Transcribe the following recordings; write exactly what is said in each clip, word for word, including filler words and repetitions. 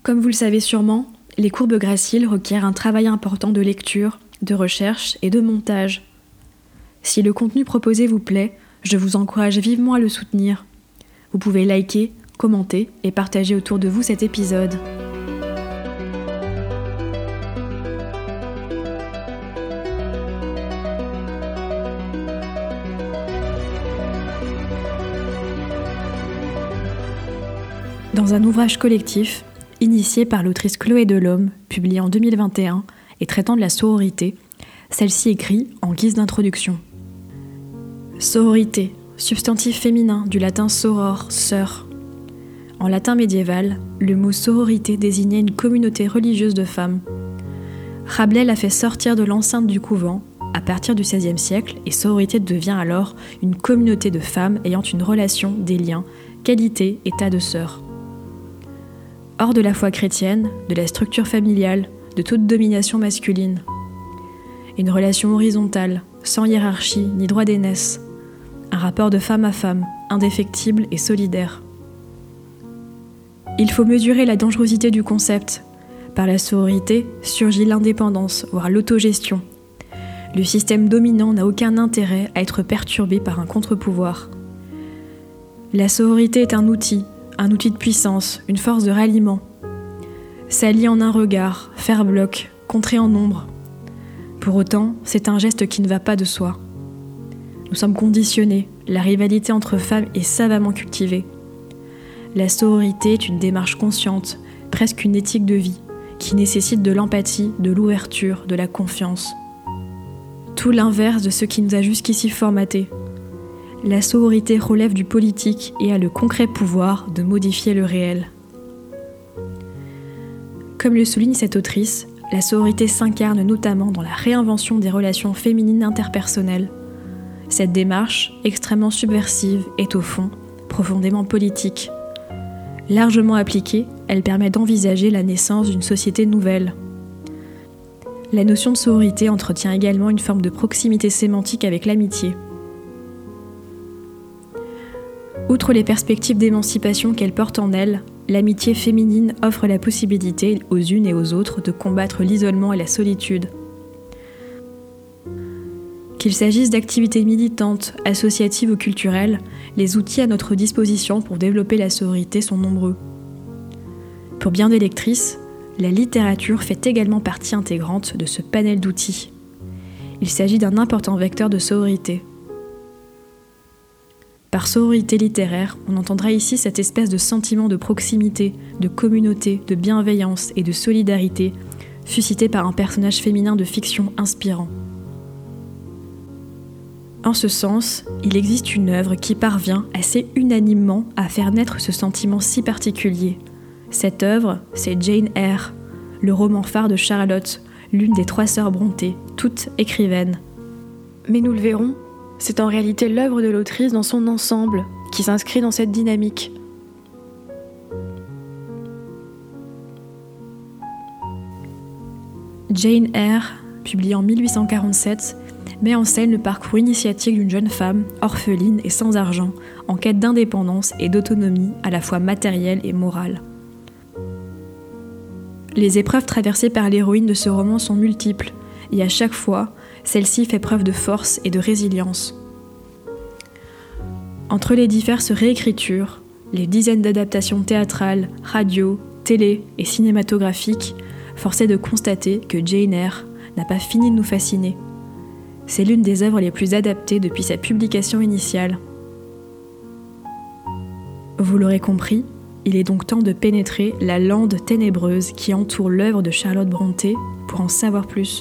Comme vous le savez sûrement, les courbes graciles requièrent un travail important de lecture, de recherche et de montage. Si le contenu proposé vous plaît, je vous encourage vivement à le soutenir. Vous pouvez liker, commenter et partager autour de vous cet épisode. Dans un ouvrage collectif, initié par l'autrice Chloé Delhomme, publié en deux mille vingt et un et traitant de la sororité, celle-ci écrit en guise d'introduction. Sororité, substantif féminin du latin soror, sœur. En latin médiéval, le mot sororité désignait une communauté religieuse de femmes. Rabelais l'a fait sortir de l'enceinte du couvent à partir du seizième siècle et sororité devient alors une communauté de femmes ayant une relation, des liens, qualité, état de sœur. Hors de la foi chrétienne, de la structure familiale, de toute domination masculine. Une relation horizontale, sans hiérarchie ni droit d'aînesse. Un rapport de femme à femme, indéfectible et solidaire. Il faut mesurer la dangerosité du concept. Par la sororité surgit l'indépendance, voire l'autogestion. Le système dominant n'a aucun intérêt à être perturbé par un contre-pouvoir. La sororité est un outil, un outil de puissance, une force de ralliement. S'allier en un regard, faire bloc, contrer en nombre. Pour autant, c'est un geste qui ne va pas de soi. Nous sommes conditionnés, la rivalité entre femmes est savamment cultivée. La sororité est une démarche consciente, presque une éthique de vie, qui nécessite de l'empathie, de l'ouverture, de la confiance. Tout l'inverse de ce qui nous a jusqu'ici formatés. La sororité relève du politique et a le concret pouvoir de modifier le réel. Comme le souligne cette autrice, la sororité s'incarne notamment dans la réinvention des relations féminines interpersonnelles. Cette démarche, extrêmement subversive, est au fond profondément politique. Largement appliquée, elle permet d'envisager la naissance d'une société nouvelle. La notion de sororité entretient également une forme de proximité sémantique avec l'amitié. Outre les perspectives d'émancipation qu'elle porte en elle, l'amitié féminine offre la possibilité aux unes et aux autres de combattre l'isolement et la solitude. Qu'il s'agisse d'activités militantes, associatives ou culturelles, les outils à notre disposition pour développer la sororité sont nombreux. Pour bien des lectrices, la littérature fait également partie intégrante de ce panel d'outils. Il s'agit d'un important vecteur de sororité. Par sororité littéraire, on entendra ici cette espèce de sentiment de proximité, de communauté, de bienveillance et de solidarité suscité par un personnage féminin de fiction inspirant. En ce sens, il existe une œuvre qui parvient assez unanimement à faire naître ce sentiment si particulier. Cette œuvre, c'est Jane Eyre, le roman phare de Charlotte, l'une des trois sœurs Brontë, toutes écrivaines. Mais nous le verrons, c'est en réalité l'œuvre de l'autrice dans son ensemble qui s'inscrit dans cette dynamique. Jane Eyre, publiée en mille huit cent quarante-sept, met en scène le parcours initiatique d'une jeune femme, orpheline et sans argent, en quête d'indépendance et d'autonomie à la fois matérielle et morale. Les épreuves traversées par l'héroïne de ce roman sont multiples, et à chaque fois, celle-ci fait preuve de force et de résilience. Entre les diverses réécritures, les dizaines d'adaptations théâtrales, radio, télé et cinématographiques, force est de constater que Jane Eyre n'a pas fini de nous fasciner. C'est l'une des œuvres les plus adaptées depuis sa publication initiale. Vous l'aurez compris, il est donc temps de pénétrer la lande ténébreuse qui entoure l'œuvre de Charlotte Brontë pour en savoir plus.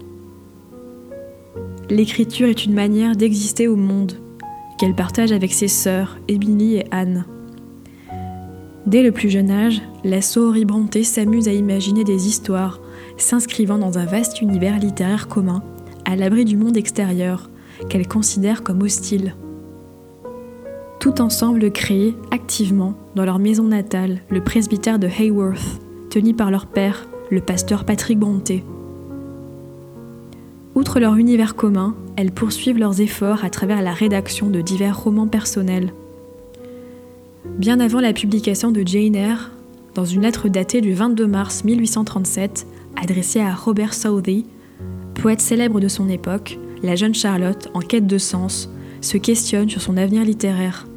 L'écriture est une manière d'exister au monde, qu'elle partage avec ses sœurs, Emily et Anne. Dès le plus jeune âge, la sororité Brontë s'amuse à imaginer des histoires s'inscrivant dans un vaste univers littéraire commun, à l'abri du monde extérieur, qu'elle considère comme hostile. Tout ensemble créé activement dans leur maison natale, le presbytère de Haworth, tenu par leur père, le pasteur Patrick Brontë. Outre leur univers commun, elles poursuivent leurs efforts à travers la rédaction de divers romans personnels. Bien avant la publication de Jane Eyre, dans une lettre datée du vingt-deux mars mille huit cent trente-sept, adressée à Robert Southey, poète célèbre de son époque, la jeune Charlotte, en quête de sens, se questionne sur son avenir littéraire.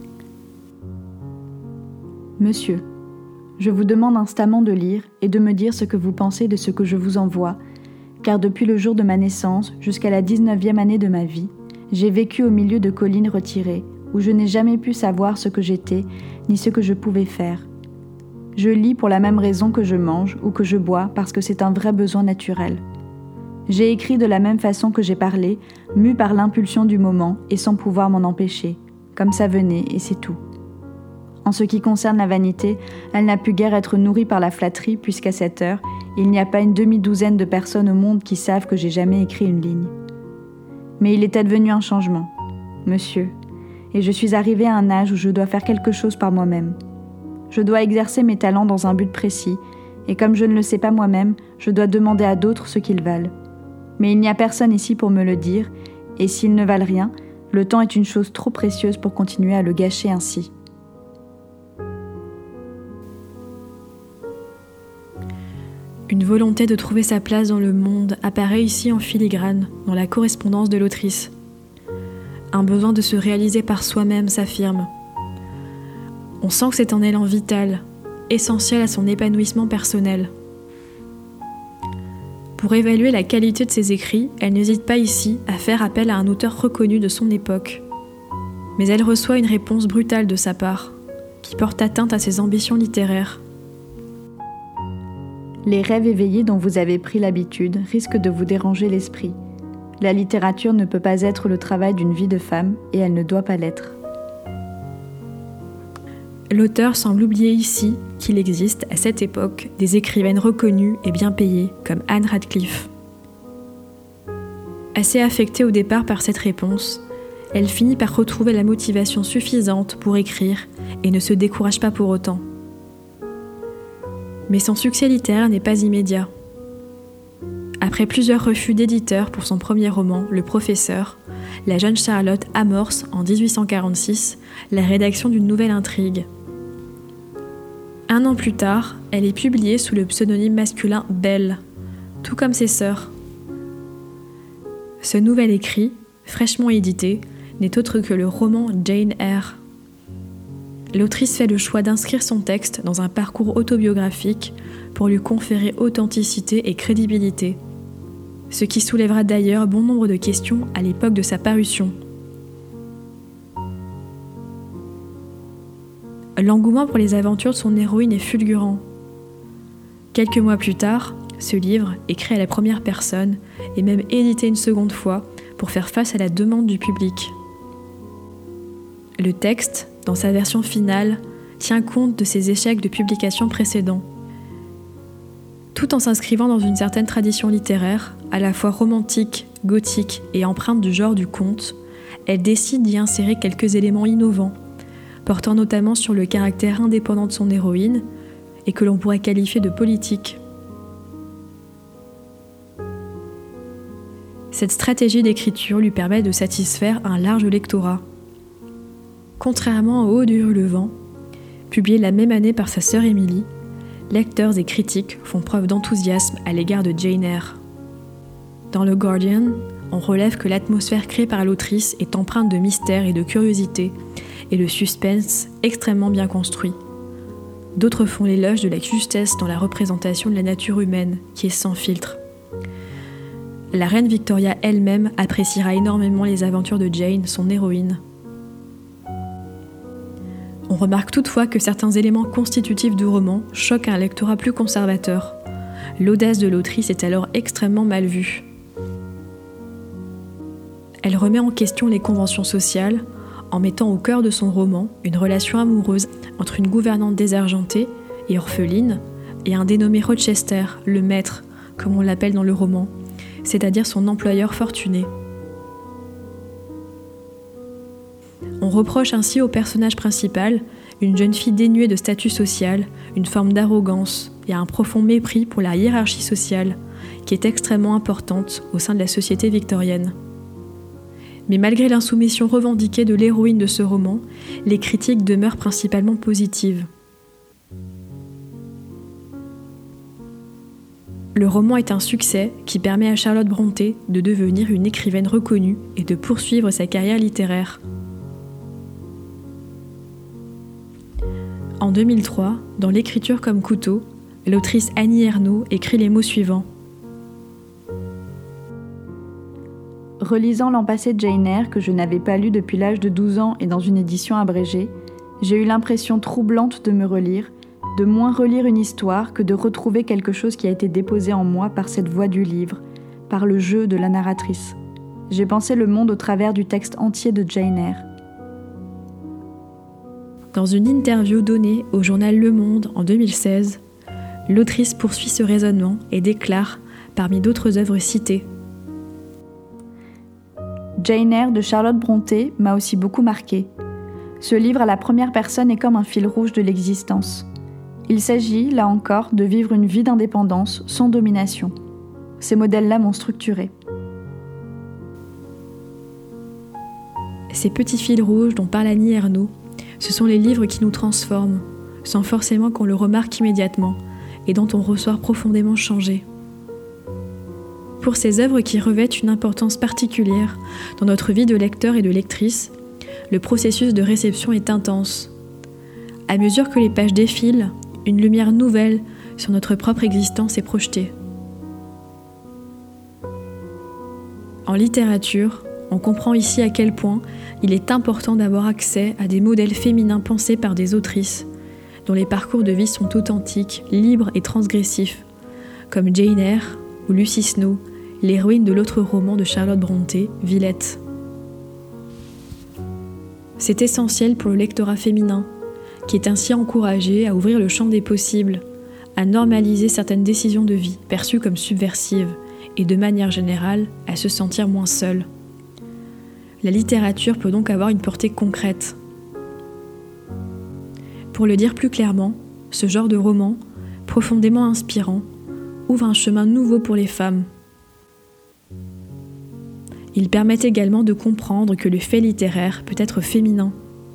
Monsieur, je vous demande instamment de lire et de me dire ce que vous pensez de ce que je vous envoie, car depuis le jour de ma naissance jusqu'à la dix-neuvième année de ma vie, j'ai vécu au milieu de collines retirées, où je n'ai jamais pu savoir ce que j'étais, ni ce que je pouvais faire. Je lis pour la même raison que je mange ou que je bois, parce que c'est un vrai besoin naturel. J'ai écrit de la même façon que j'ai parlé, mû par l'impulsion du moment et sans pouvoir m'en empêcher, comme ça venait et c'est tout. En ce qui concerne la vanité, elle n'a pu guère être nourrie par la flatterie, puisqu'à cette heure, il n'y a pas une demi-douzaine de personnes au monde qui savent que j'ai jamais écrit une ligne. Mais il est advenu un changement, monsieur, et je suis arrivée à un âge où je dois faire quelque chose par moi-même. Je dois exercer mes talents dans un but précis, et comme je ne le sais pas moi-même, je dois demander à d'autres ce qu'ils valent. Mais il n'y a personne ici pour me le dire, et s'ils ne valent rien, le temps est une chose trop précieuse pour continuer à le gâcher ainsi. Une volonté de trouver sa place dans le monde apparaît ici en filigrane dans la correspondance de l'autrice. Un besoin de se réaliser par soi-même s'affirme. On sent que c'est un élan vital, essentiel à son épanouissement personnel. Pour évaluer la qualité de ses écrits, elle n'hésite pas ici à faire appel à un auteur reconnu de son époque. Mais elle reçoit une réponse brutale de sa part, qui porte atteinte à ses ambitions littéraires. Les rêves éveillés dont vous avez pris l'habitude risquent de vous déranger l'esprit. La littérature ne peut pas être le travail d'une vie de femme, et elle ne doit pas l'être. L'auteur semble oublier ici qu'il existe, à cette époque, des écrivaines reconnues et bien payées, comme Anne Radcliffe. Assez affectée au départ par cette réponse, elle finit par retrouver la motivation suffisante pour écrire et ne se décourage pas pour autant. Mais son succès littéraire n'est pas immédiat. Après plusieurs refus d'éditeurs pour son premier roman, Le Professeur, la jeune Charlotte amorce, en dix-huit cent quarante-six, la rédaction d'une nouvelle intrigue. Un an plus tard, elle est publiée sous le pseudonyme masculin Belle, tout comme ses sœurs. Ce nouvel écrit, fraîchement édité, n'est autre que le roman Jane Eyre. L'autrice fait le choix d'inscrire son texte dans un parcours autobiographique pour lui conférer authenticité et crédibilité, ce qui soulèvera d'ailleurs bon nombre de questions à l'époque de sa parution. L'engouement pour les aventures de son héroïne est fulgurant. Quelques mois plus tard, ce livre, écrit à la première personne, est même édité une seconde fois pour faire face à la demande du public. Le texte, dans sa version finale, tient compte de ses échecs de publication précédents. Tout en s'inscrivant dans une certaine tradition littéraire, à la fois romantique, gothique et empreinte du genre du conte, elle décide d'y insérer quelques éléments innovants, portant notamment sur le caractère indépendant de son héroïne et que l'on pourrait qualifier de politique. Cette stratégie d'écriture lui permet de satisfaire un large lectorat. Contrairement au Haut du Hurlevent, publié la même année par sa sœur Émilie, lecteurs et critiques font preuve d'enthousiasme à l'égard de Jane Eyre. Dans le Guardian, on relève que l'atmosphère créée par l'autrice est empreinte de mystère et de curiosité, et le suspense extrêmement bien construit. D'autres font l'éloge de la justesse dans la représentation de la nature humaine, qui est sans filtre. La reine Victoria elle-même appréciera énormément les aventures de Jane, son héroïne. On remarque toutefois que certains éléments constitutifs du roman choquent un lectorat plus conservateur. L'audace de l'autrice est alors extrêmement mal vue. Elle remet en question les conventions sociales en mettant au cœur de son roman une relation amoureuse entre une gouvernante désargentée et orpheline et un dénommé Rochester, le maître, comme on l'appelle dans le roman, c'est-à-dire son employeur fortuné. On reproche ainsi au personnage principal une jeune fille dénuée de statut social, une forme d'arrogance et un profond mépris pour la hiérarchie sociale, qui est extrêmement importante au sein de la société victorienne. Mais malgré l'insoumission revendiquée de l'héroïne de ce roman, les critiques demeurent principalement positives. Le roman est un succès qui permet à Charlotte Brontë de devenir une écrivaine reconnue et de poursuivre sa carrière littéraire. En deux mille trois, dans L'écriture comme couteau, l'autrice Annie Ernaux écrit les mots suivants. Relisant l'an passé Jane Eyre, que je n'avais pas lu depuis l'âge de douze ans et dans une édition abrégée, j'ai eu l'impression troublante de me relire, de moins relire une histoire que de retrouver quelque chose qui a été déposé en moi par cette voix du livre, par le jeu de la narratrice. J'ai pensé le monde au travers du texte entier de Jane Eyre. Dans une interview donnée au journal Le Monde en deux mille seize, l'autrice poursuit ce raisonnement et déclare, parmi d'autres œuvres citées, Jane Eyre de Charlotte Brontë m'a aussi beaucoup marqué. Ce livre à la première personne est comme un fil rouge de l'existence. Il s'agit, là encore, de vivre une vie d'indépendance sans domination. Ces modèles-là m'ont structurée. Ces petits fils rouges dont parle Annie Ernaux, ce sont les livres qui nous transforment, sans forcément qu'on le remarque immédiatement, et dont on ressort profondément changé. Pour ces œuvres qui revêtent une importance particulière dans notre vie de lecteur et de lectrice, le processus de réception est intense. À mesure que les pages défilent, une lumière nouvelle sur notre propre existence est projetée. En littérature, on comprend ici à quel point il est important d'avoir accès à des modèles féminins pensés par des autrices, dont les parcours de vie sont authentiques, libres et transgressifs, comme Jane Eyre ou Lucy Snow, l'héroïne de l'autre roman de Charlotte Brontë, Villette. C'est essentiel pour le lectorat féminin, qui est ainsi encouragé à ouvrir le champ des possibles, à normaliser certaines décisions de vie perçues comme subversives et de manière générale à se sentir moins seule. La littérature peut donc avoir une portée concrète. Pour le dire plus clairement, ce genre de roman, profondément inspirant, ouvre un chemin nouveau pour les femmes. Il permet également de comprendre que le fait littéraire peut être féminin.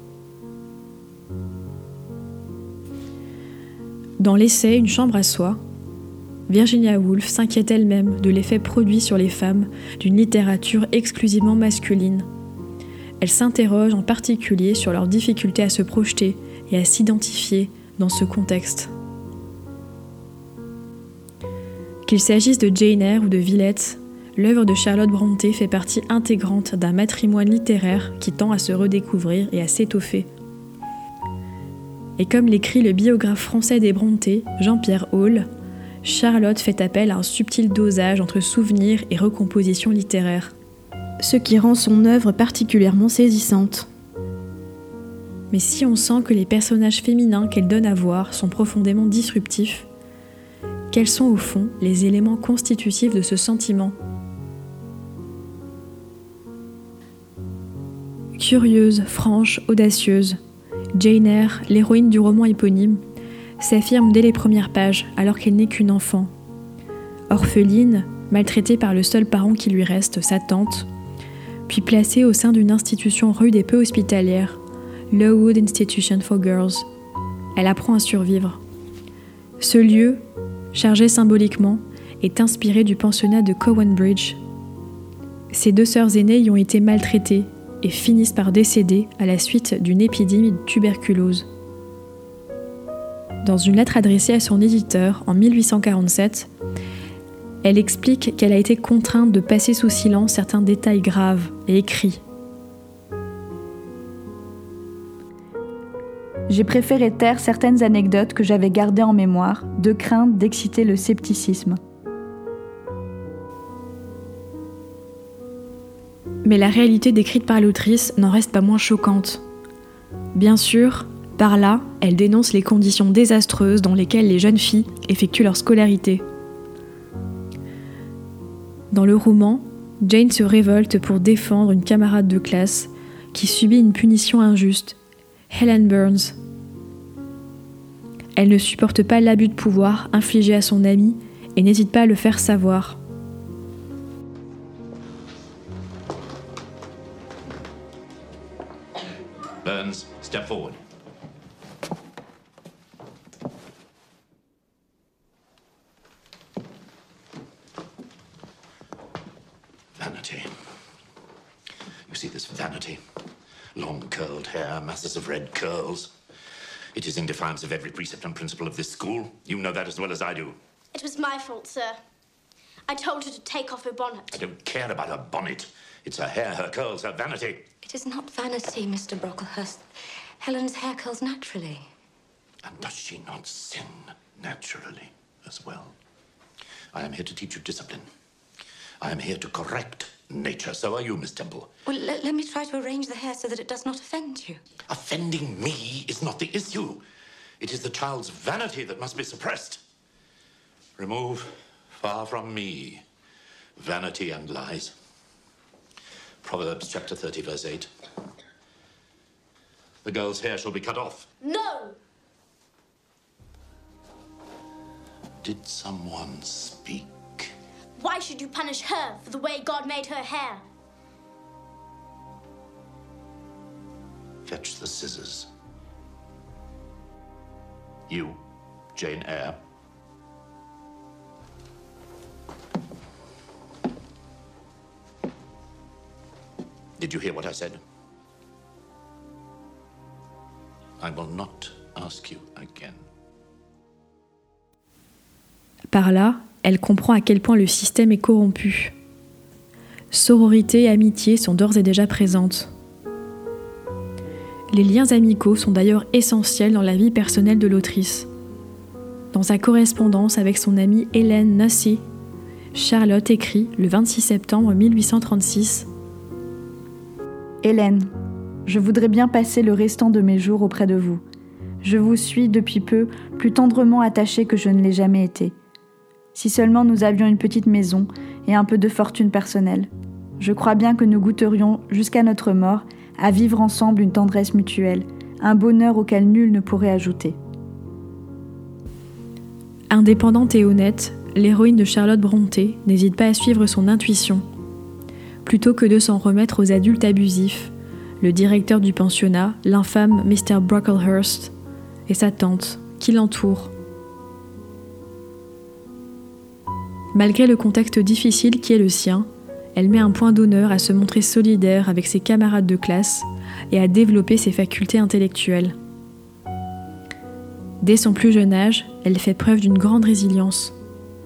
Dans l'essai Une chambre à soi, Virginia Woolf s'inquiète elle-même de l'effet produit sur les femmes d'une littérature exclusivement masculine. Elle s'interroge en particulier sur leur difficulté à se projeter et à s'identifier dans ce contexte. Qu'il s'agisse de Jane Eyre ou de Villette, l'œuvre de Charlotte Brontë fait partie intégrante d'un matrimoine littéraire qui tend à se redécouvrir et à s'étoffer. Et comme l'écrit le biographe français des Brontë, Jean-Pierre Hall, Charlotte fait appel à un subtil dosage entre souvenir et recomposition littéraire, ce qui rend son œuvre particulièrement saisissante. Mais si on sent que les personnages féminins qu'elle donne à voir sont profondément disruptifs, quels sont au fond les éléments constitutifs de ce sentiment ? Curieuse, franche, audacieuse, Jane Eyre, l'héroïne du roman éponyme, s'affirme dès les premières pages alors qu'elle n'est qu'une enfant. Orpheline, maltraitée par le seul parent qui lui reste, sa tante, puis placée au sein d'une institution rude et peu hospitalière, Lowood Institution for Girls. Elle apprend à survivre. Ce lieu, chargé symboliquement, est inspiré du pensionnat de Cowan Bridge. Ses deux sœurs aînées y ont été maltraitées et finissent par décéder à la suite d'une épidémie de tuberculose. Dans une lettre adressée à son éditeur en mille huit cent quarante-sept, elle explique qu'elle a été contrainte de passer sous silence certains détails graves et écrits. J'ai préféré taire certaines anecdotes que j'avais gardées en mémoire, de crainte d'exciter le scepticisme. Mais la réalité décrite par l'autrice n'en reste pas moins choquante. Bien sûr, par là, elle dénonce les conditions désastreuses dans lesquelles les jeunes filles effectuent leur scolarité. Dans le roman, Jane se révolte pour défendre une camarade de classe qui subit une punition injuste, Helen Burns. Elle ne supporte pas l'abus de pouvoir infligé à son amie et n'hésite pas à le faire savoir. Burns, step forward. Vanity. You see this vanity? Long curled hair, masses of red curls. It is in defiance of every precept and principle of this school. You know that as well as I do. It was my fault, sir. I told her to take off her bonnet. I don't care about her bonnet. It's her hair, her curls, her vanity. It is not vanity, Mister Brocklehurst. Helen's hair curls naturally. And does she not sin naturally as well? I am here to teach you discipline. I am here to correct nature. So are you, Miss Temple. Well, let, let me try to arrange the hair so that it does not offend you. Offending me is not the issue. It is the child's vanity that must be suppressed. Remove, far from me, vanity and lies. Proverbs chapter thirty, verse eight. The girl's hair shall be cut off. No! Did someone speak? Why should you punish her for the way God made her hair? Fetch the scissors. You, Jane Eyre. Did you hear what I said? I will not ask you again. Par là, elle comprend à quel point le système est corrompu. Sororité et amitié sont d'ores et déjà présentes. Les liens amicaux sont d'ailleurs essentiels dans la vie personnelle de l'autrice. Dans sa correspondance avec son amie Hélène Nussey, Charlotte écrit le vingt-six septembre mille huit cent trente-six « Hélène, je voudrais bien passer le restant de mes jours auprès de vous. Je vous suis depuis peu plus tendrement attachée que je ne l'ai jamais été. Si seulement nous avions une petite maison et un peu de fortune personnelle, je crois bien que nous goûterions, jusqu'à notre mort, à vivre ensemble une tendresse mutuelle, un bonheur auquel nul ne pourrait ajouter. » Indépendante et honnête, l'héroïne de Charlotte Brontë n'hésite pas à suivre son intuition. Plutôt que de s'en remettre aux adultes abusifs, le directeur du pensionnat, l'infâme mister Brocklehurst, et sa tante, qui l'entourent. Malgré le contexte difficile qui est le sien, elle met un point d'honneur à se montrer solidaire avec ses camarades de classe et à développer ses facultés intellectuelles. Dès son plus jeune âge, elle fait preuve d'une grande résilience.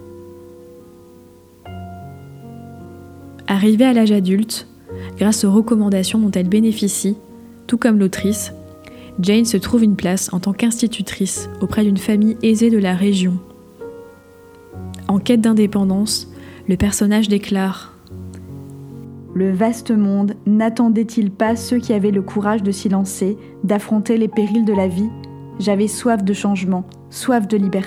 Arrivée à l'âge adulte, grâce aux recommandations dont elle bénéficie, tout comme l'autrice, Jane se trouve une place en tant qu'institutrice auprès d'une famille aisée de la région. En quête d'indépendance, le personnage déclare « Le vaste monde n'attendait-il pas ceux qui avaient le courage de s'y lancer, d'affronter les périls de la vie ? J'avais soif de changement, soif de liberté. »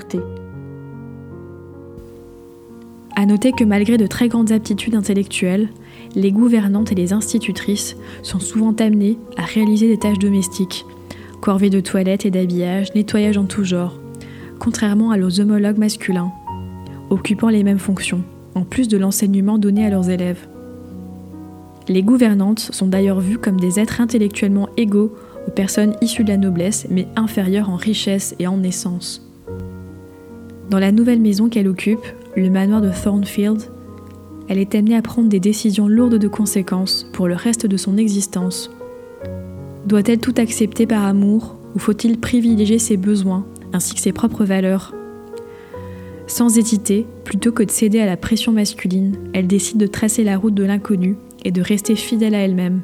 À noter que malgré de très grandes aptitudes intellectuelles, les gouvernantes et les institutrices sont souvent amenées à réaliser des tâches domestiques, corvées de toilette et d'habillage, nettoyage en tout genre, contrairement à leurs homologues masculins, occupant les mêmes fonctions, en plus de l'enseignement donné à leurs élèves. Les gouvernantes sont d'ailleurs vues comme des êtres intellectuellement égaux aux personnes issues de la noblesse, mais inférieures en richesse et en naissance. Dans la nouvelle maison qu'elle occupe, le manoir de Thornfield, elle est amenée à prendre des décisions lourdes de conséquences pour le reste de son existence. Doit-elle tout accepter par amour ou faut-il privilégier ses besoins ainsi que ses propres valeurs ? Sans hésiter, plutôt que de céder à la pression masculine, elle décide de tracer la route de l'inconnu et de rester fidèle à elle-même.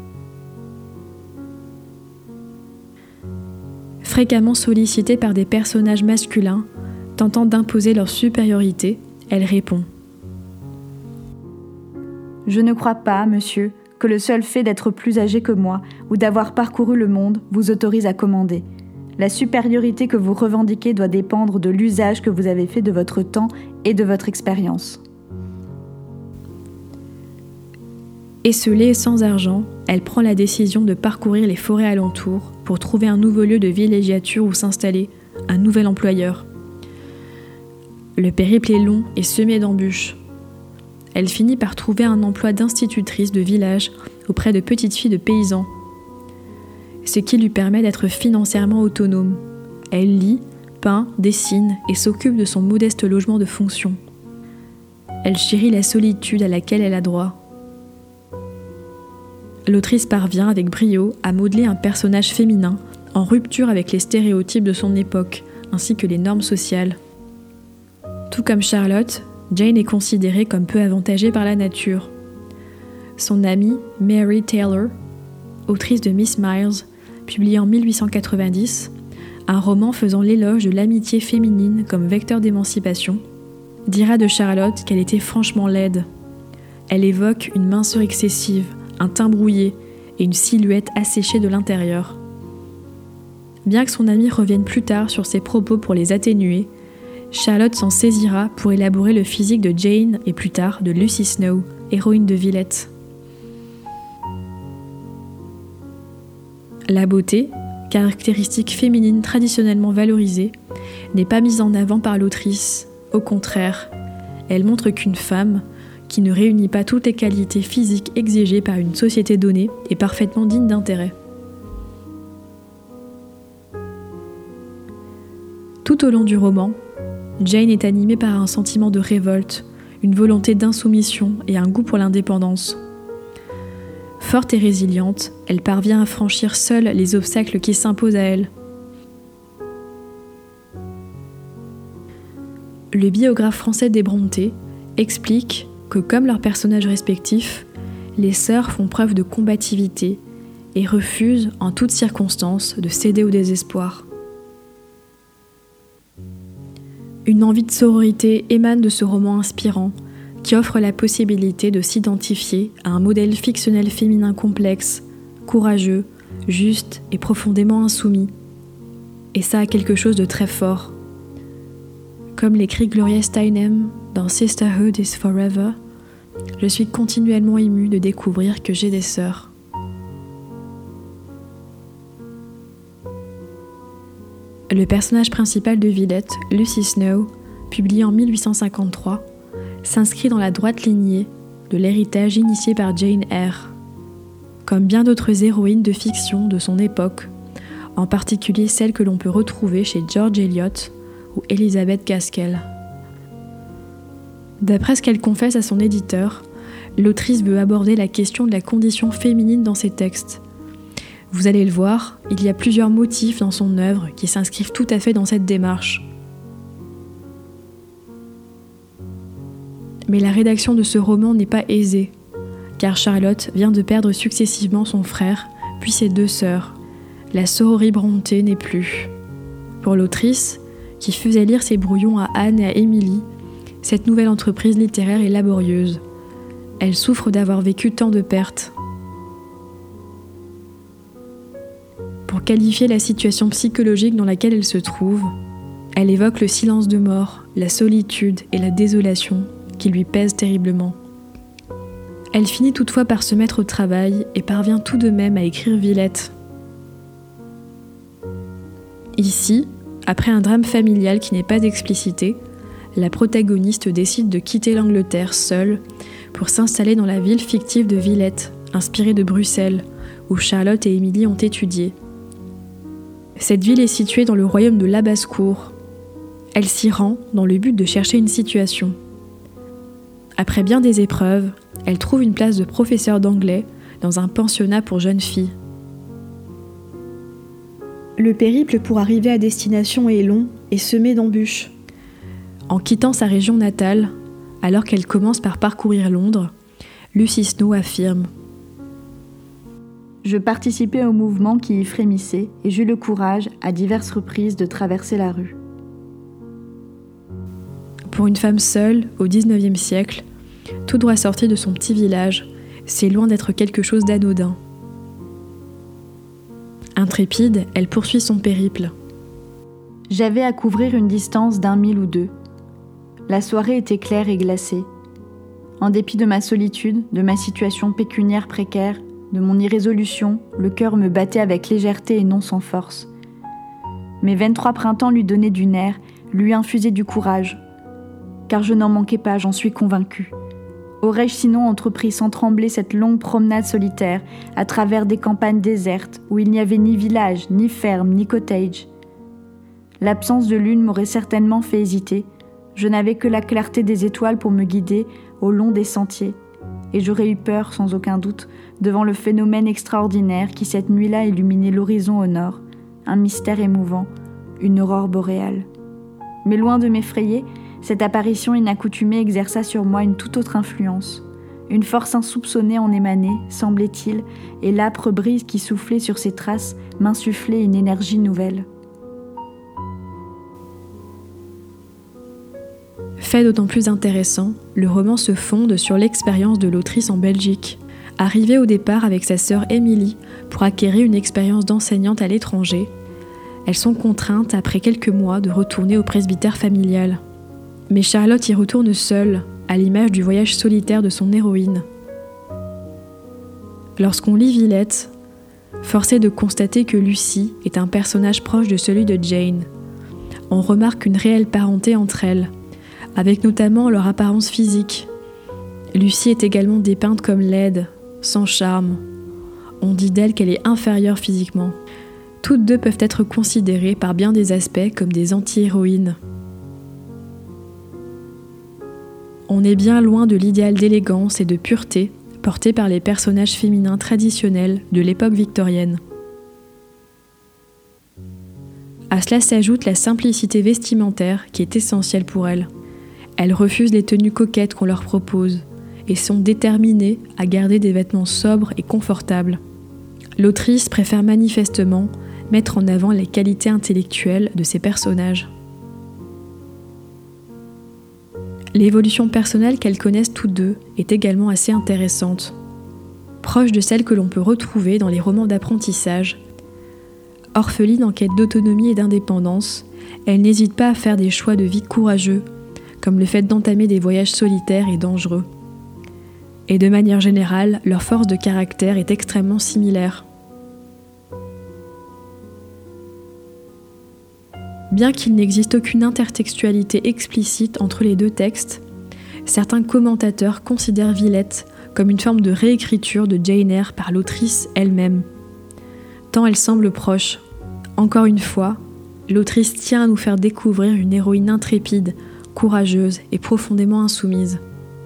Fréquemment sollicitée par des personnages masculins, tentant d'imposer leur supériorité, elle répond « Je ne crois pas, monsieur, que le seul fait d'être plus âgé que moi ou d'avoir parcouru le monde vous autorise à commander. La supériorité que vous revendiquez doit dépendre de l'usage que vous avez fait de votre temps et de votre expérience. » Esselée et sans argent, elle prend la décision de parcourir les forêts alentours pour trouver un nouveau lieu de villégiature où s'installer, un nouvel employeur. Le périple est long et semé d'embûches. Elle finit par trouver un emploi d'institutrice de village auprès de petites filles de paysans, ce qui lui permet d'être financièrement autonome. Elle lit, peint, dessine et s'occupe de son modeste logement de fonction. Elle chérit la solitude à laquelle elle a droit, l'autrice parvient avec brio à modeler un personnage féminin en rupture avec les stéréotypes de son époque, ainsi que les normes sociales. Tout comme Charlotte, Jane est considérée comme peu avantagée par la nature. Son amie, Mary Taylor, autrice de Miss Myers, publiée en mille huit cent quatre-vingt-dix, un roman faisant l'éloge de l'amitié féminine comme vecteur d'émancipation, dira de Charlotte qu'elle était franchement laide. Elle évoque une minceur excessive, un teint brouillé et une silhouette asséchée de l'intérieur. Bien que son amie revienne plus tard sur ses propos pour les atténuer, Charlotte s'en saisira pour élaborer le physique de Jane et plus tard de Lucy Snow, héroïne de Villette. La beauté, caractéristique féminine traditionnellement valorisée, n'est pas mise en avant par l'autrice. Au contraire, elle montre qu'une femme, qui ne réunit pas toutes les qualités physiques exigées par une société donnée, est parfaitement digne d'intérêt. Tout au long du roman, Jane est animée par un sentiment de révolte, une volonté d'insoumission et un goût pour l'indépendance. Forte et résiliente, elle parvient à franchir seule les obstacles qui s'imposent à elle. Le biographe français des Brontë explique que, comme leurs personnages respectifs, les sœurs font preuve de combativité et refusent, en toutes circonstances, de céder au désespoir. Une envie de sororité émane de ce roman inspirant, qui offre la possibilité de s'identifier à un modèle fictionnel féminin complexe, courageux, juste et profondément insoumis. Et ça a quelque chose de très fort. Comme l'écrit Gloria Steinem dans Sisterhood is Forever, je suis continuellement émue de découvrir que j'ai des sœurs. Le personnage principal de Villette, Lucy Snow, publié en mille huit cent cinquante-trois, s'inscrit dans la droite lignée de l'héritage initié par Jane Eyre. Comme bien d'autres héroïnes de fiction de son époque, en particulier celles que l'on peut retrouver chez George Eliot ou Elizabeth Gaskell. D'après ce qu'elle confesse à son éditeur, l'autrice veut aborder la question de la condition féminine dans ses textes. Vous allez le voir, il y a plusieurs motifs dans son œuvre qui s'inscrivent tout à fait dans cette démarche. Mais la rédaction de ce roman n'est pas aisée, car Charlotte vient de perdre successivement son frère, puis ses deux sœurs. La sororie Brontë n'est plus. Pour l'autrice, qui faisait lire ses brouillons à Anne et à Émilie, cette nouvelle entreprise littéraire est laborieuse. Elle souffre d'avoir vécu tant de pertes. Pour qualifier la situation psychologique dans laquelle elle se trouve, elle évoque le silence de mort, la solitude et la désolation qui lui pèsent terriblement. Elle finit toutefois par se mettre au travail et parvient tout de même à écrire Villette. Ici, après un drame familial qui n'est pas explicité, la protagoniste décide de quitter l'Angleterre seule pour s'installer dans la ville fictive de Villette, inspirée de Bruxelles, où Charlotte et Émilie ont étudié. Cette ville est située dans le royaume de Labassecour. Elle s'y rend dans le but de chercher une situation. Après bien des épreuves, elle trouve une place de professeur d'anglais dans un pensionnat pour jeunes filles. Le périple pour arriver à destination est long et semé d'embûches. En quittant sa région natale, alors qu'elle commence par parcourir Londres, Lucy Snow affirme « Je participais au mouvement qui y frémissait et j'eus le courage, à diverses reprises, de traverser la rue. » Pour une femme seule, au dix-neuvième siècle, tout droit sortie de son petit village, c'est loin d'être quelque chose d'anodin. Intrépide, elle poursuit son périple. J'avais à couvrir une distance d'un mille ou deux. La soirée était claire et glacée. En dépit de ma solitude, de ma situation pécuniaire précaire, de mon irrésolution, le cœur me battait avec légèreté et non sans force. Mes vingt-trois printemps lui donnaient du nerf, lui infusaient du courage. Car je n'en manquais pas, j'en suis convaincue. Aurais-je sinon entrepris sans trembler cette longue promenade solitaire à travers des campagnes désertes où il n'y avait ni village, ni ferme, ni cottage. L'absence de lune m'aurait certainement fait hésiter. Je n'avais que la clarté des étoiles pour me guider au long des sentiers, et j'aurais eu peur, sans aucun doute, devant le phénomène extraordinaire qui cette nuit-là illuminait l'horizon au nord, un mystère émouvant, une aurore boréale. Mais loin de m'effrayer, cette apparition inaccoutumée exerça sur moi une toute autre influence. Une force insoupçonnée en émanait, semblait-il, et l'âpre brise qui soufflait sur ses traces m'insufflait une énergie nouvelle. Fait d'autant plus intéressant, le roman se fonde sur l'expérience de l'autrice en Belgique. Arrivée au départ avec sa sœur Émilie pour acquérir une expérience d'enseignante à l'étranger, elles sont contraintes après quelques mois de retourner au presbytère familial. Mais Charlotte y retourne seule, à l'image du voyage solitaire de son héroïne. Lorsqu'on lit Villette, force est de constater que Lucie est un personnage proche de celui de Jane. On remarque une réelle parenté entre elles, avec notamment leur apparence physique. Lucie est également dépeinte comme laide, sans charme. On dit d'elle qu'elle est inférieure physiquement. Toutes deux peuvent être considérées par bien des aspects comme des anti-héroïnes. On est bien loin de l'idéal d'élégance et de pureté porté par les personnages féminins traditionnels de l'époque victorienne. À cela s'ajoute la simplicité vestimentaire qui est essentielle pour elles. Elles refusent les tenues coquettes qu'on leur propose et sont déterminées à garder des vêtements sobres et confortables. L'autrice préfère manifestement mettre en avant les qualités intellectuelles de ses personnages. L'évolution personnelle qu'elles connaissent toutes deux est également assez intéressante. Proche de celle que l'on peut retrouver dans les romans d'apprentissage, orpheline en quête d'autonomie et d'indépendance, elles n'hésitent pas à faire des choix de vie courageux, comme le fait d'entamer des voyages solitaires et dangereux. Et de manière générale, leur force de caractère est extrêmement similaire. Bien qu'il n'existe aucune intertextualité explicite entre les deux textes, certains commentateurs considèrent Villette comme une forme de réécriture de Jane Eyre par l'autrice elle-même, tant elle semble proche. Encore une fois, l'autrice tient à nous faire découvrir une héroïne intrépide, courageuse et profondément insoumise.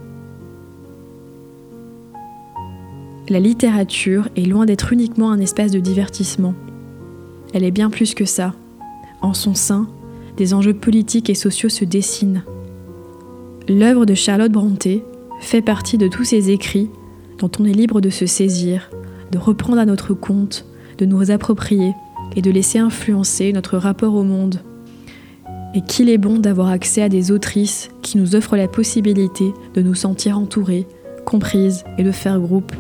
La littérature est loin d'être uniquement un espace de divertissement. Elle est bien plus que ça. En son sein, des enjeux politiques et sociaux se dessinent. L'œuvre de Charlotte Brontë fait partie de tous ces écrits dont on est libre de se saisir, de reprendre à notre compte, de nous approprier et de laisser influencer notre rapport au monde. Et qu'il est bon d'avoir accès à des autrices qui nous offrent la possibilité de nous sentir entourées, comprises et de faire groupe.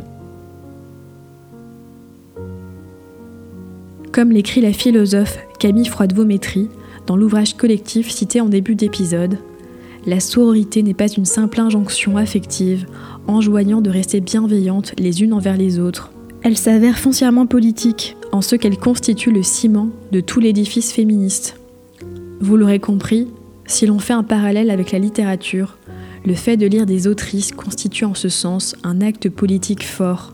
Comme l'écrit la philosophe Camille Froide-Vaumétrie dans l'ouvrage collectif cité en début d'épisode, la sororité n'est pas une simple injonction affective enjoignant de rester bienveillantes les unes envers les autres. Elle s'avère foncièrement politique, en ce qu'elle constitue le ciment de tout l'édifice féministe. Vous l'aurez compris, si l'on fait un parallèle avec la littérature, le fait de lire des autrices constitue en ce sens un acte politique fort.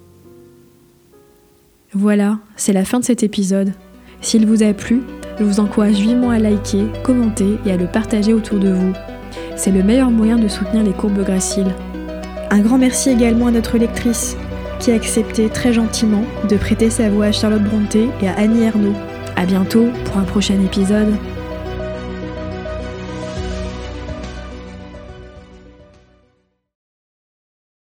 Voilà, c'est la fin de cet épisode. S'il vous a plu, je vous encourage vivement à liker, commenter et à le partager autour de vous. C'est le meilleur moyen de soutenir les courbes graciles. Un grand merci également à notre lectrice, qui a accepté très gentiment de prêter sa voix à Charlotte Brontë et à Annie Ernaux. À bientôt pour un prochain épisode.